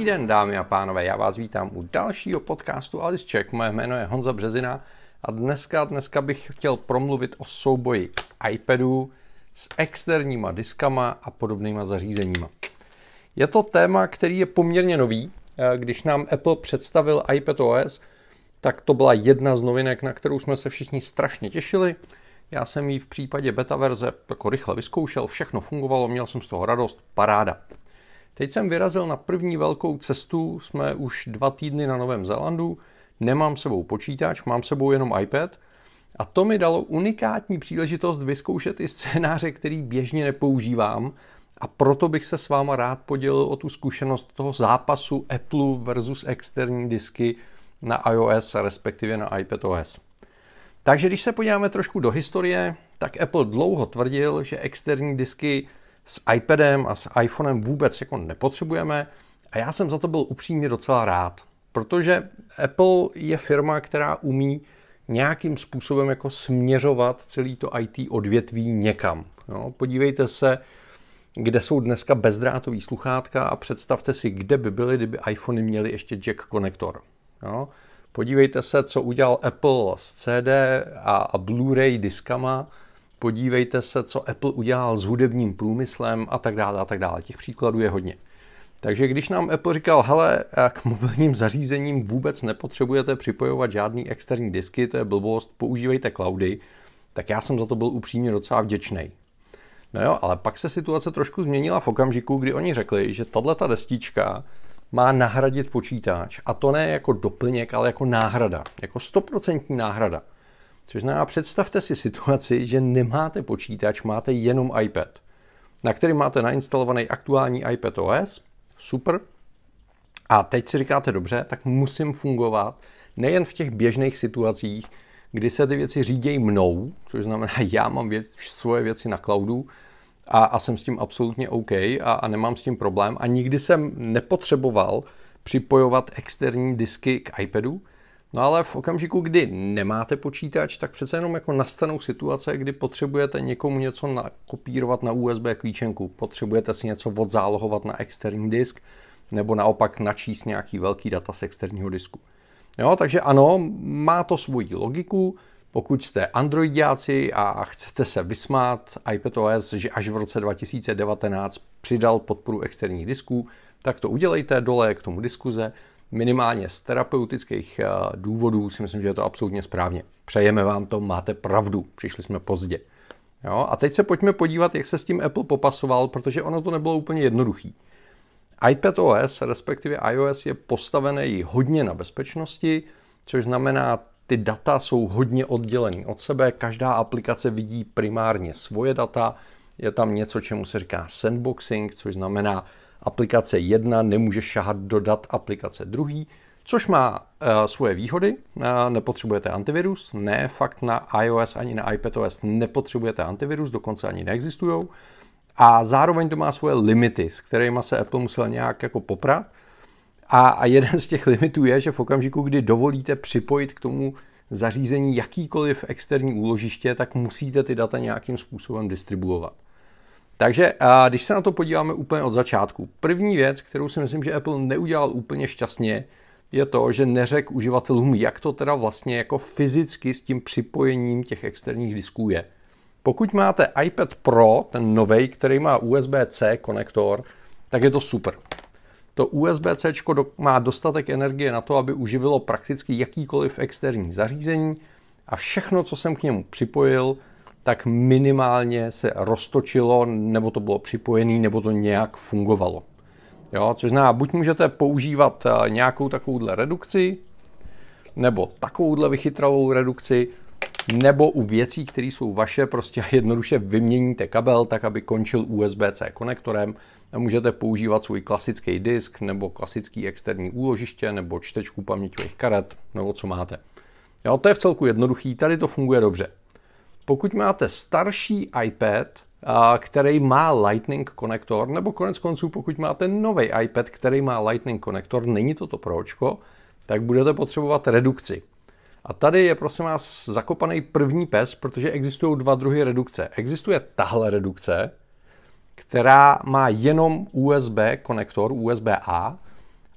den, dámy a pánové, já vás vítám u dalšího podcastu Alice Check. Moje jméno je Honza Březina a dneska bych chtěl promluvit o souboji iPadů s externíma diskama a podobnýma zařízeníma. Je to téma, který je poměrně nový. Když nám Apple představil iPadOS, tak to byla jedna z novinek, na kterou jsme se všichni strašně těšili. Já jsem ji v případě beta verze jako rychle vyzkoušel, všechno fungovalo, měl jsem z toho radost, paráda. Teď jsem vyrazil na první velkou cestu, jsme už 2 týdny na Novém Zélandu, nemám sebou počítač, mám sebou jenom iPad a to mi dalo unikátní příležitost vyzkoušet i scénáře, který běžně nepoužívám a proto bych se s váma rád podělil o tu zkušenost toho zápasu Apple versus externí disky na iOS, respektive na iPadOS. Takže když se podíváme trošku do historie, tak Apple dlouho tvrdil, že externí disky s iPadem a s iPhonem vůbec jako nepotřebujeme a já jsem za to byl upřímně docela rád, protože Apple je firma, která umí nějakým způsobem jako směřovat celý to IT odvětví někam. No, podívejte se, kde jsou dneska bezdrátový sluchátka a představte si, kde by byly, kdyby iPhony měly ještě jack konektor. No, podívejte se, co udělal Apple s CD a Blu-ray diskama. Podívejte se, co Apple udělal s hudebním průmyslem a tak dále a tak dále. Těch příkladů je hodně. Takže když nám Apple říkal, hele, k mobilním zařízením vůbec nepotřebujete připojovat žádný externí disky, to je blbost, používejte cloudy, tak já jsem za to byl upřímně docela vděčný. No jo, ale pak se situace trošku změnila v okamžiku, kdy oni řekli, že tato destička má nahradit počítač. A to ne jako doplněk, ale jako náhrada. Jako 100% náhrada. Což znamená, představte si situaci, že nemáte počítač, máte jenom iPad, na který máte nainstalovaný aktuální iPadOS, super. A teď si říkáte, dobře, tak musím fungovat nejen v těch běžných situacích, kdy se ty věci řídějí mnou, což znamená, já mám svoje věci na cloudu a jsem s tím absolutně OK a nemám s tím problém. A nikdy jsem nepotřeboval připojovat externí disky k iPadu. No ale v okamžiku, kdy nemáte počítač, tak přece jenom jako nastanou situace, kdy potřebujete někomu něco nakopírovat na USB klíčenku, potřebujete si něco odzálohovat na externí disk, nebo naopak načíst nějaký velký data z externího disku. Jo, takže ano, má to svoji logiku. Pokud jste androidiáci a chcete se vysmát iPadOS, že až v roce 2019 přidal podporu externích disků, tak to udělejte, dole k tomu diskuze. Minimálně z terapeutických důvodů si myslím, že je to absolutně správně. Přejeme vám to, máte pravdu, přišli jsme pozdě. Jo? A teď se pojďme podívat, jak se s tím Apple popasoval, protože ono to nebylo úplně jednoduchý. iPadOS, respektive iOS, je postavený hodně na bezpečnosti, což znamená, ty data jsou hodně oddělený od sebe, každá aplikace vidí primárně svoje data, je tam něco, čemu se říká sandboxing, což znamená, aplikace 1 nemůže šahat do dat aplikace 2, což má svoje výhody. Nepotřebujete antivirus. Ne, fakt na iOS ani na iPadOS nepotřebujete antivirus, dokonce ani neexistují. A zároveň to má svoje limity, s kterými se Apple musel nějak jako poprat. A jeden z těch limitů je, že v okamžiku, kdy dovolíte připojit k tomu zařízení jakýkoliv externí úložiště, tak musíte ty data nějakým způsobem distribuovat. Takže když se na to podíváme úplně od začátku, první věc, kterou si myslím, že Apple neudělal úplně šťastně, je to, že neřekl uživatelům, jak to teda vlastně jako fyzicky s tím připojením těch externích disků je. Pokud máte iPad Pro, ten novej, který má USB-C konektor, tak je to super. To USB-C má dostatek energie na to, aby uživilo prakticky jakýkoliv externí zařízení a všechno, co jsem k němu připojil, tak minimálně se roztočilo, nebo to bylo připojené, nebo to nějak fungovalo. Jo, což znamená, buď můžete používat nějakou takovouhle redukci, nebo takovouhle vychytralou redukci, nebo u věcí, které jsou vaše, prostě jednoduše vyměníte kabel, tak aby končil USB-C konektorem a můžete používat svůj klasický disk, nebo klasický externí úložiště, nebo čtečku paměťových karet, nebo co máte. Jo, to je vcelku jednoduchý, tady to funguje dobře. Pokud máte starší iPad, který má Lightning konektor, nebo konec konců, pokud máte nový iPad, který má Lightning konektor, není to Pročko, tak budete potřebovat redukci. A tady je prosím vás zakopaný první pes, protože existují 2 druhy redukce. Existuje tahle redukce, která má jenom USB konektor, USB-A,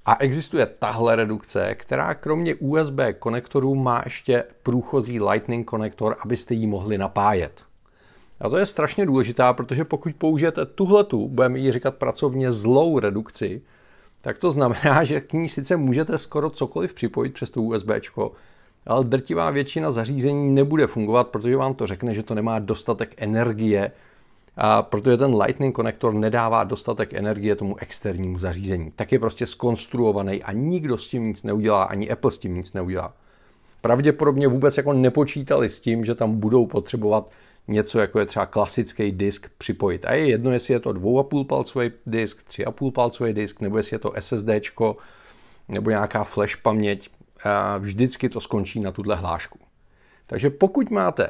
A existuje tahle redukce, která kromě USB konektorů má ještě průchozí Lightning konektor, abyste ji mohli napájet. A to je strašně důležitá, protože pokud použijete tuhletu, budeme jí říkat pracovně zlou redukci, tak to znamená, že k ní sice můžete skoro cokoliv připojit přes to USBčko, ale drtivá většina zařízení nebude fungovat, protože vám to řekne, že to nemá dostatek energie, a protože ten Lightning konektor nedává dostatek energie tomu externímu zařízení. Tak je prostě zkonstruovaný a nikdo s tím nic neudělá, ani Apple s tím nic neudělá. Pravděpodobně vůbec jako nepočítali s tím, že tam budou potřebovat něco, jako je třeba klasický disk připojit. A je jedno, jestli je to 2,5 palcový disk, 3,5 palcový disk, nebo jestli je to SSDčko, nebo nějaká flash paměť. Vždycky to skončí na tuhle hlášku. Takže pokud máte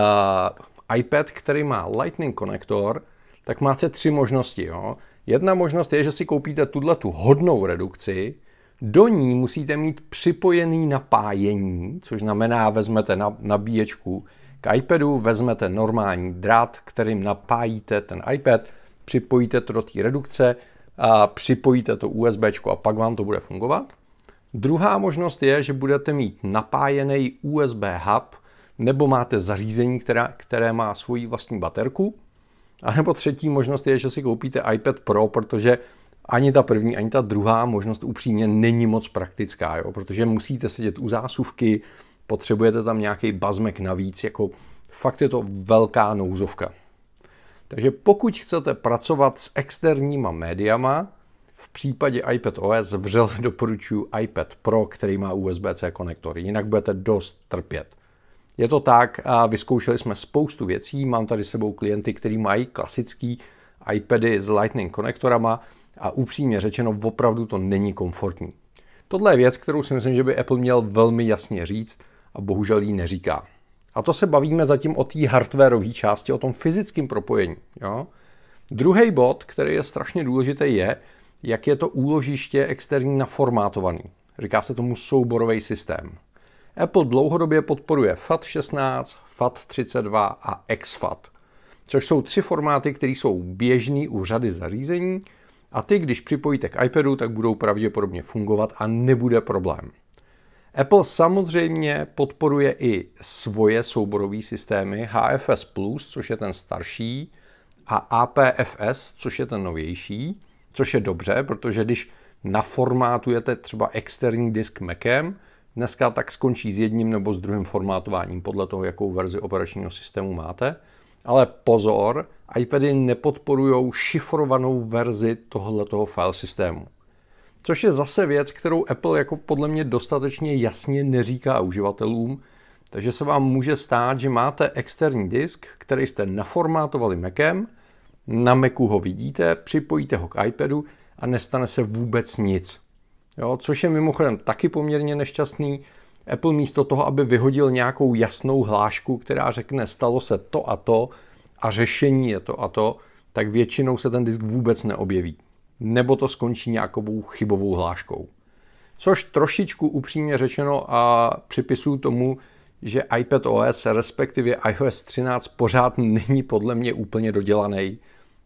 iPad, který má Lightning konektor, tak máte 3 možnosti. Jo? Jedna možnost je, že si koupíte tu hodnou redukci, do ní musíte mít připojený napájení, což znamená, vezmete nabíječku k iPadu, vezmete normální drát, kterým napájíte ten iPad, připojíte to do té redukce, a připojíte to USBčko a pak vám to bude fungovat. Druhá možnost je, že budete mít napájený USB hub, nebo máte zařízení, které má svoji vlastní baterku. A nebo třetí možnost je, že si koupíte iPad Pro, protože ani ta první, ani ta druhá možnost upřímně není moc praktická, jo? Protože musíte sedět u zásuvky, potřebujete tam nějaký bazmek navíc, jako fakt je to velká nouzovka. Takže pokud chcete pracovat s externíma médiama, v případě iPadOS vřele doporučuji iPad Pro, který má USB-C konektor, jinak budete dost trpět. Je to tak a vyzkoušeli jsme spoustu věcí, mám tady s sebou klienty, kteří mají klasický iPady s Lightning konektorama a upřímně řečeno opravdu to není komfortní. Tohle je věc, kterou si myslím, že by Apple měl velmi jasně říct a bohužel jí neříká. A to se bavíme zatím o té hardwareové části, o tom fyzickém propojení. Jo? Druhý bod, který je strašně důležitý, je, jak je to úložiště externí naformátovaný. Říká se tomu souborový systém. Apple dlouhodobě podporuje FAT16, FAT32 a exFAT, což jsou 3 formáty, které jsou běžný u řady zařízení a ty, když připojíte k iPadu, tak budou pravděpodobně fungovat a nebude problém. Apple samozřejmě podporuje i svoje souborové systémy HFS+, což je ten starší, a APFS, což je ten novější, což je dobře, protože když naformátujete třeba externí disk Macem, dneska tak skončí s jedním nebo s druhým formátováním podle toho, jakou verzi operačního systému máte. Ale pozor, iPady nepodporují šifrovanou verzi tohoto file systému. Což je zase věc, kterou Apple jako podle mě dostatečně jasně neříká uživatelům, takže se vám může stát, že máte externí disk, který jste naformátovali Macem, na Macu ho vidíte, připojíte ho k iPadu a nestane se vůbec nic. Jo, což je mimochodem taky poměrně nešťastný. Apple místo toho, aby vyhodil nějakou jasnou hlášku, která řekne stalo se to a řešení je to a to, tak většinou se ten disk vůbec neobjeví. Nebo to skončí nějakou chybovou hláškou. Což trošičku upřímně řečeno a připisuju tomu, že iPadOS, respektive iOS 13 pořád není podle mě úplně dodělaný.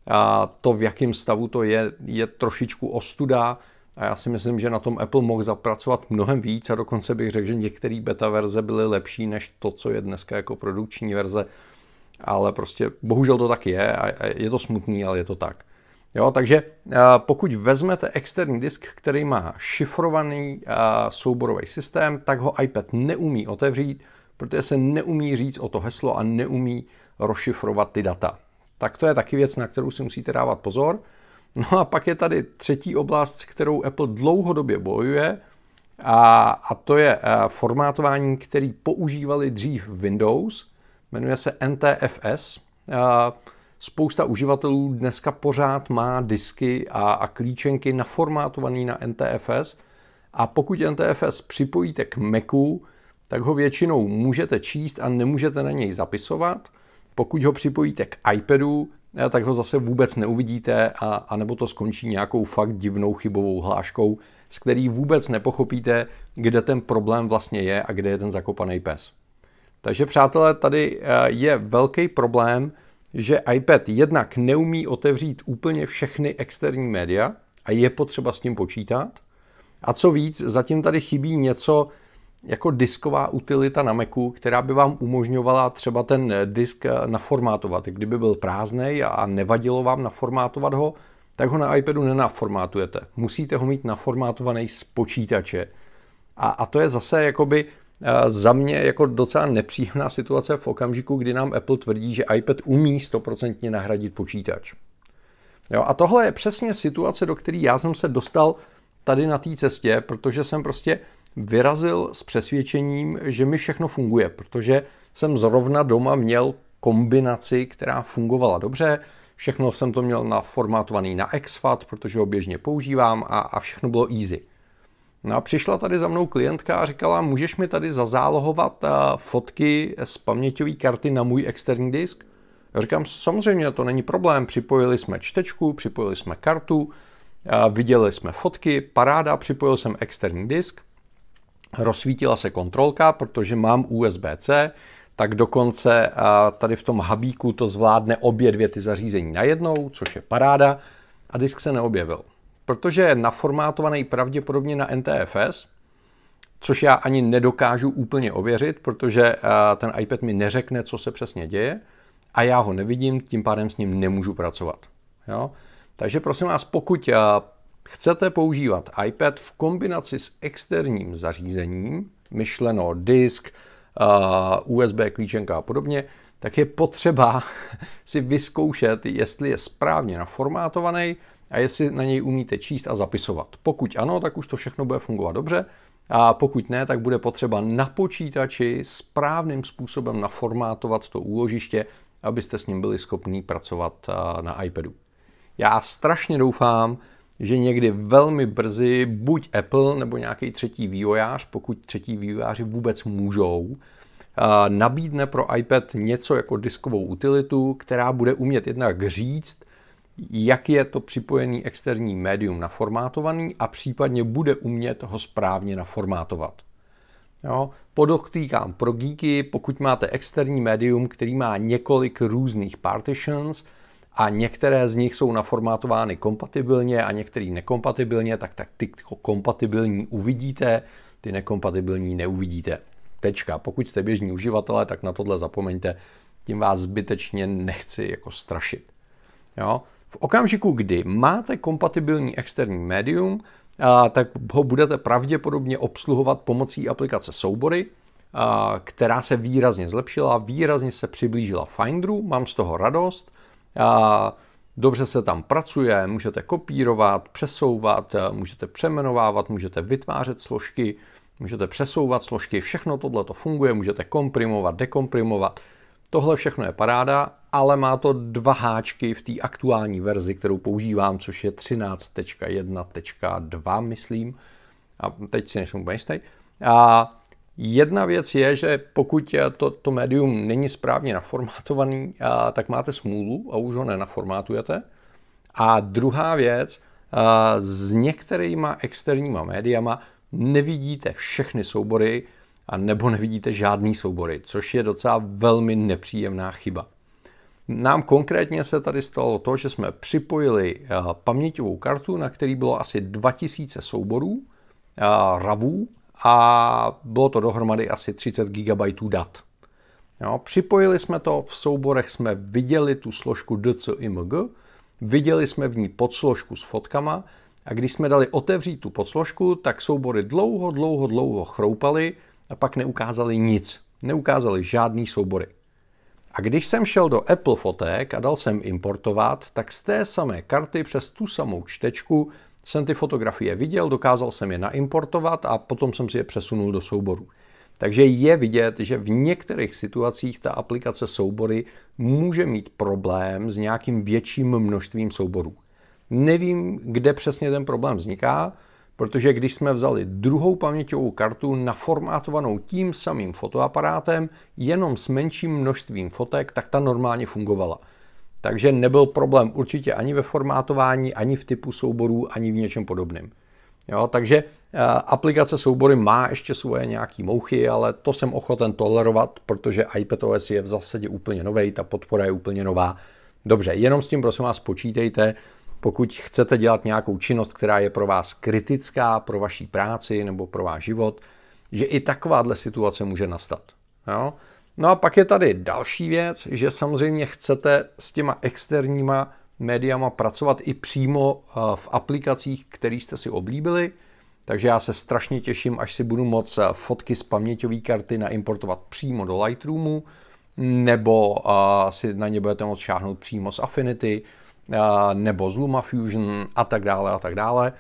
A to, v jakém stavu to je trošičku ostuda. A já si myslím, že na tom Apple mohl zapracovat mnohem víc a dokonce bych řekl, že některé beta verze byly lepší než to, co je dneska jako produkční verze. Ale prostě bohužel to tak je a je to smutný, ale je to tak. Jo, takže pokud vezmete externí disk, který má šifrovaný souborový systém, tak ho iPad neumí otevřít, protože se neumí říct o to heslo a neumí rozšifrovat ty data. Tak to je taky věc, na kterou si musíte dávat pozor. No a pak je tady třetí oblast, s kterou Apple dlouhodobě bojuje, a to je formátování, který používali dřív Windows, jmenuje se NTFS. Spousta uživatelů dneska pořád má disky a klíčenky naformátované na NTFS a pokud NTFS připojíte k Macu, tak ho většinou můžete číst a nemůžete na něj zapisovat. Pokud ho připojíte k iPadu, tak ho zase vůbec neuvidíte a nebo to skončí nějakou fakt divnou chybovou hláškou, s který vůbec nepochopíte, kde ten problém vlastně je a kde je ten zakopaný pes. Takže přátelé, tady je velký problém, že iPad jednak neumí otevřít úplně všechny externí média a je potřeba s tím počítat. A co víc, zatím tady chybí něco jako disková utilita na Macu, která by vám umožňovala třeba ten disk naformátovat. Kdyby byl prázdnej a nevadilo vám naformátovat ho, tak ho na iPadu nenaformátujete. Musíte ho mít naformátovaný z počítače. A to je zase jakoby za mě jako docela nepříjemná situace v okamžiku, kdy nám Apple tvrdí, že iPad umí 100% nahradit počítač. Jo, a tohle je přesně situace, do které já jsem se dostal tady na té cestě, protože jsem prostě vyrazil s přesvědčením, že mi všechno funguje, protože jsem zrovna doma měl kombinaci, která fungovala dobře, všechno jsem to měl naformátovaný na exFAT, protože ho běžně používám a všechno bylo easy. No a přišla tady za mnou klientka a říkala, můžeš mi tady zazálohovat fotky z paměťové karty na můj externí disk? Já říkám, samozřejmě, to není problém, připojili jsme čtečku, připojili jsme kartu, viděli jsme fotky, paráda, připojil jsem externí disk, rozsvítila se kontrolka, protože mám USB-C, tak dokonce tady v tom hubíku to zvládne obě dvě ty zařízení najednou, což je paráda, a disk se neobjevil. Protože je naformátovaný pravděpodobně na NTFS, což já ani nedokážu úplně ověřit, protože ten iPad mi neřekne, co se přesně děje a já ho nevidím, tím pádem s ním nemůžu pracovat. Jo? Takže prosím vás, pokud chcete používat iPad v kombinaci s externím zařízením, myšleno disk, USB klíčenka a podobně, tak je potřeba si vyzkoušet, jestli je správně naformátovaný a jestli na něj umíte číst a zapisovat. Pokud ano, tak už to všechno bude fungovat dobře, a pokud ne, tak bude potřeba na počítači správným způsobem naformátovat to úložiště, abyste s ním byli schopni pracovat na iPadu. Já strašně doufám, že někdy velmi brzy buď Apple nebo nějaký třetí vývojář, pokud třetí vývojáři vůbec můžou, nabídne pro iPad něco jako diskovou utilitu, která bude umět jednak říct, jak je to připojený externí médium naformátovaný a případně bude umět ho správně naformátovat. Jo? Podotýkám pro geeky, pokud máte externí médium, který má několik různých partitions a některé z nich jsou naformátovány kompatibilně a některé nekompatibilně, tak ty kompatibilní uvidíte, ty nekompatibilní neuvidíte. Tečka. Pokud jste běžní uživatelé, tak na tohle zapomeňte, tím vás zbytečně nechci jako strašit. Jo? V okamžiku, kdy máte kompatibilní externí médium, tak ho budete pravděpodobně obsluhovat pomocí aplikace Soubory, která se výrazně zlepšila, výrazně se přiblížila Finderu, mám z toho radost. Dobře se tam pracuje, můžete kopírovat, přesouvat, můžete přeměnovávat, můžete vytvářet složky, můžete přesouvat složky, všechno tohle to funguje, můžete komprimovat, dekomprimovat. Tohle všechno je paráda, ale má to dva háčky v té aktuální verzi, kterou používám, což je 13.1.2, myslím. A teď si nejsem úplně jistý. A jedna věc je, že pokud to médium není správně naformátovaný, tak máte smůlu a už ho nenaformátujete. A druhá věc, s některýma externíma médiama nevidíte všechny soubory, a nebo nevidíte žádný soubory, což je docela velmi nepříjemná chyba. Nám konkrétně se tady stalo to, že jsme připojili paměťovou kartu, na který bylo asi 2000 souborů RAWů a bylo to dohromady asi 30 GB dat. Jo, připojili jsme to, v souborech jsme viděli tu složku DCIMG, viděli jsme v ní podsložku s fotkama a když jsme dali otevřít tu podsložku, tak soubory dlouho chroupaly a pak neukázali nic. Neukázali žádný soubory. A když jsem šel do Apple fotek a dal jsem importovat, tak z té samé karty přes tu samou čtečku jsem ty fotografie viděl, dokázal jsem je naimportovat a potom jsem si je přesunul do souboru. Takže je vidět, že v některých situacích ta aplikace Soubory může mít problém s nějakým větším množstvím souborů. Nevím, kde přesně ten problém vzniká, protože když jsme vzali druhou paměťovou kartu naformátovanou tím samým fotoaparátem, jenom s menším množstvím fotek, tak ta normálně fungovala. Takže nebyl problém určitě ani ve formátování, ani v typu souborů, ani v něčem podobném. Jo, takže aplikace Soubory má ještě svoje nějaký mouchy, ale to jsem ochoten tolerovat, protože iPadOS je v zásadě úplně novej, ta podpora je úplně nová. Dobře, jenom s tím prosím vás počítejte, pokud chcete dělat nějakou činnost, která je pro vás kritická, pro vaši práci nebo pro váš život, že i takováhle situace může nastat. Jo? No a pak je tady další věc, že samozřejmě chcete s těma externíma médiama pracovat i přímo v aplikacích, které jste si oblíbili, takže já se strašně těším, až si budu moct fotky z paměťové karty naimportovat přímo do Lightroomu, nebo si na ně budete moct šáhnout přímo z Affinity, nebo z LumaFusion a tak dále a tak dále.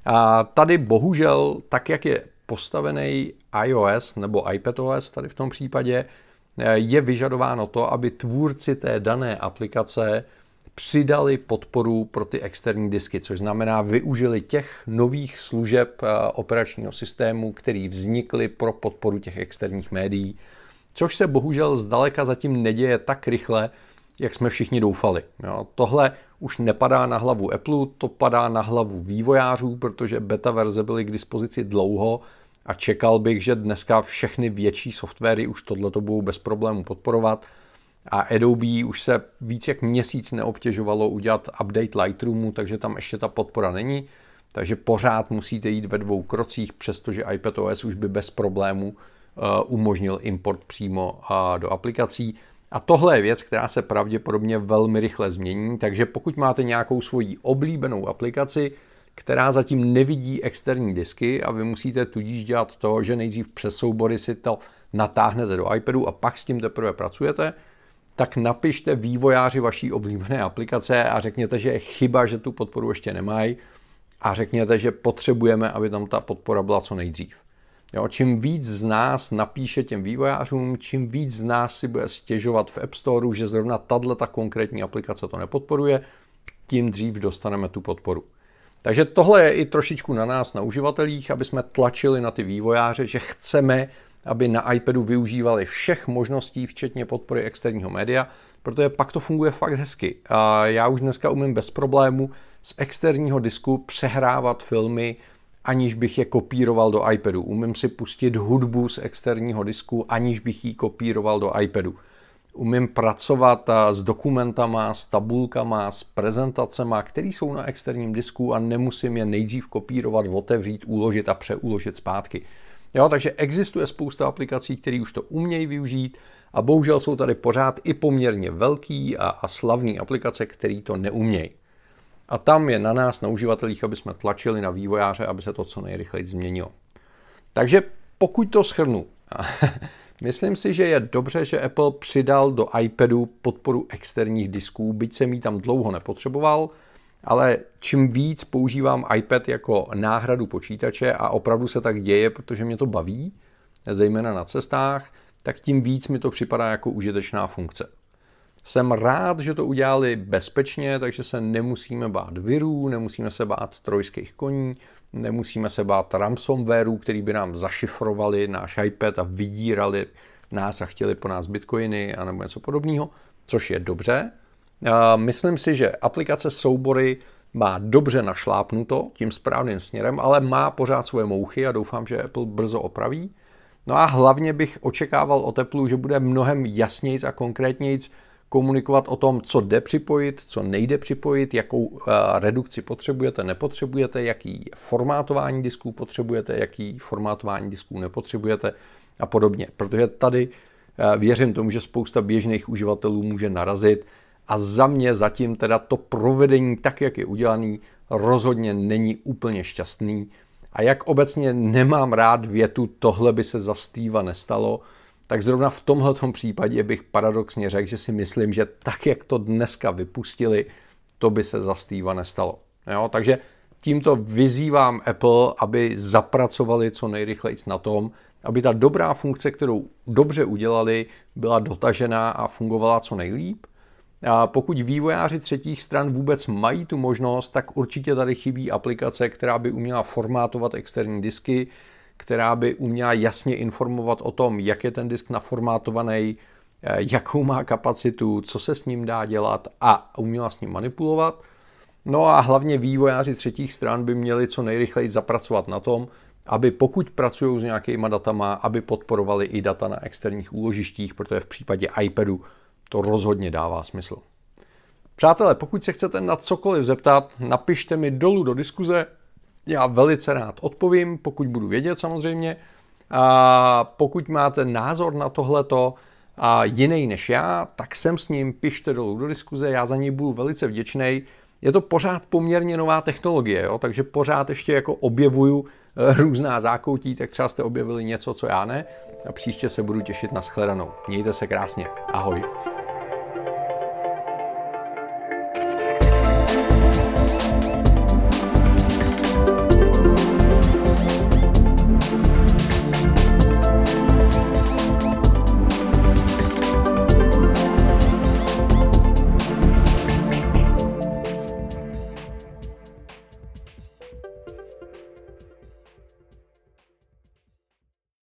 A tady bohužel, tak jak je postavený iOS nebo iPadOS tady v tom případě, je vyžadováno to, aby tvůrci té dané aplikace přidali podporu pro ty externí disky, což znamená využili těch nových služeb operačního systému, které vznikly pro podporu těch externích médií, což se bohužel zdaleka zatím neděje tak rychle, jak jsme všichni doufali. Jo, tohle už nepadá na hlavu Apple, to padá na hlavu vývojářů, protože beta verze byly k dispozici dlouho a čekal bych, že dneska všechny větší softwary už tohleto budou bez problémů podporovat. A Adobe už se víc jak měsíc neobtěžovalo udělat update Lightroomu, takže tam ještě ta podpora není. Takže pořád musíte jít ve 2 krocích, přestože iPadOS už by bez problému umožnil import přímo do aplikací. A tohle je věc, která se pravděpodobně velmi rychle změní, takže pokud máte nějakou svoji oblíbenou aplikaci, která zatím nevidí externí disky a vy musíte tudíž dělat to, že nejdřív přes soubory si to natáhnete do iPadu a pak s tím teprve pracujete, tak napište vývojáři vaší oblíbené aplikace a řekněte, že je chyba, že tu podporu ještě nemají a řekněte, že potřebujeme, aby tam ta podpora byla co nejdřív. Jo, čím víc z nás napíše těm vývojářům, čím víc z nás si bude stěžovat v App Storeu, že zrovna tato konkrétní aplikace to nepodporuje, tím dřív dostaneme tu podporu. Takže tohle je i trošičku na nás, na uživatelích, aby jsme tlačili na ty vývojáře, že chceme, aby na iPadu využívali všech možností, včetně podpory externího média, protože pak to funguje fakt hezky. A já už dneska umím bez problému z externího disku přehrávat filmy, aniž bych je kopíroval do iPadu. Umím si pustit hudbu z externího disku, aniž bych ji kopíroval do iPadu. Umím pracovat s dokumentama, s tabulkama, s prezentacema, které jsou na externím disku a nemusím je nejdřív kopírovat, otevřít, uložit a přeuložit zpátky. Jo, takže existuje spousta aplikací, které už to umějí využít a bohužel jsou tady pořád i poměrně velký a slavný aplikace, které to neumějí. A tam je na nás, na uživatelích, aby jsme tlačili na vývojáře, aby se to co nejrychleji změnilo. Takže pokud to shrnu, myslím si, že je dobře, že Apple přidal do iPadu podporu externích disků, byť jsem ji tam dlouho nepotřeboval, ale čím víc používám iPad jako náhradu počítače a opravdu se tak děje, protože mě to baví, zejména na cestách, tak tím víc mi to připadá jako užitečná funkce. Jsem rád, že to udělali bezpečně, takže se nemusíme bát virů, nemusíme se bát trojských koní, nemusíme se bát ransomwareu, který by nám zašifrovali náš iPad a vydírali nás a chtěli po nás bitcoiny a nebo něco podobného, což je dobře. Myslím si, že aplikace soubory má dobře našlápnuto tím správným směrem, ale má pořád svoje mouchy a doufám, že Apple brzo opraví. No a hlavně bych očekával od Apple, že bude mnohem jasnějc a konkrétnějc komunikovat o tom, co jde připojit, co nejde připojit, jakou redukci potřebujete, nepotřebujete, jaký formátování disků potřebujete, jaký formátování disků nepotřebujete a podobně. Protože tady věřím tomu, že spousta běžných uživatelů může narazit a za mě zatím teda to provedení tak, jak je udělaný, rozhodně není úplně šťastný. A jak obecně nemám rád větu, tohle by se za Steva nestalo, tak zrovna v tomhletom případě bych paradoxně řekl, že si myslím, že tak, jak to dneska vypustili, to by se za Steva nestalo. Jo? Takže tímto vyzývám Apple, aby zapracovali co nejrychleji na tom, aby ta dobrá funkce, kterou dobře udělali, byla dotažená a fungovala co nejlíp. A pokud vývojáři třetích stran vůbec mají tu možnost, tak určitě tady chybí aplikace, která by uměla formátovat externí disky, která by uměla jasně informovat o tom, jak je ten disk naformátovaný, jakou má kapacitu, co se s ním dá dělat a uměla s ním manipulovat. No a hlavně vývojáři třetích stran by měli co nejrychleji zapracovat na tom, aby pokud pracují s nějakýma datama, aby podporovali i data na externích úložištích, protože v případě iPadu to rozhodně dává smysl. Přátelé, pokud se chcete na cokoliv zeptat, napište mi dolů do diskuze, já velice rád odpovím, pokud budu vědět samozřejmě. A pokud máte názor na tohleto a jiný než já, tak sem s ním pište dolů do diskuze, já za něj budu velice vděčný. Je to pořád poměrně nová technologie, jo? Takže pořád ještě jako objevuju různá zákoutí, tak třeba jste objevili něco, co já ne. A příště se budu těšit na shledanou. Mějte se krásně. Ahoj.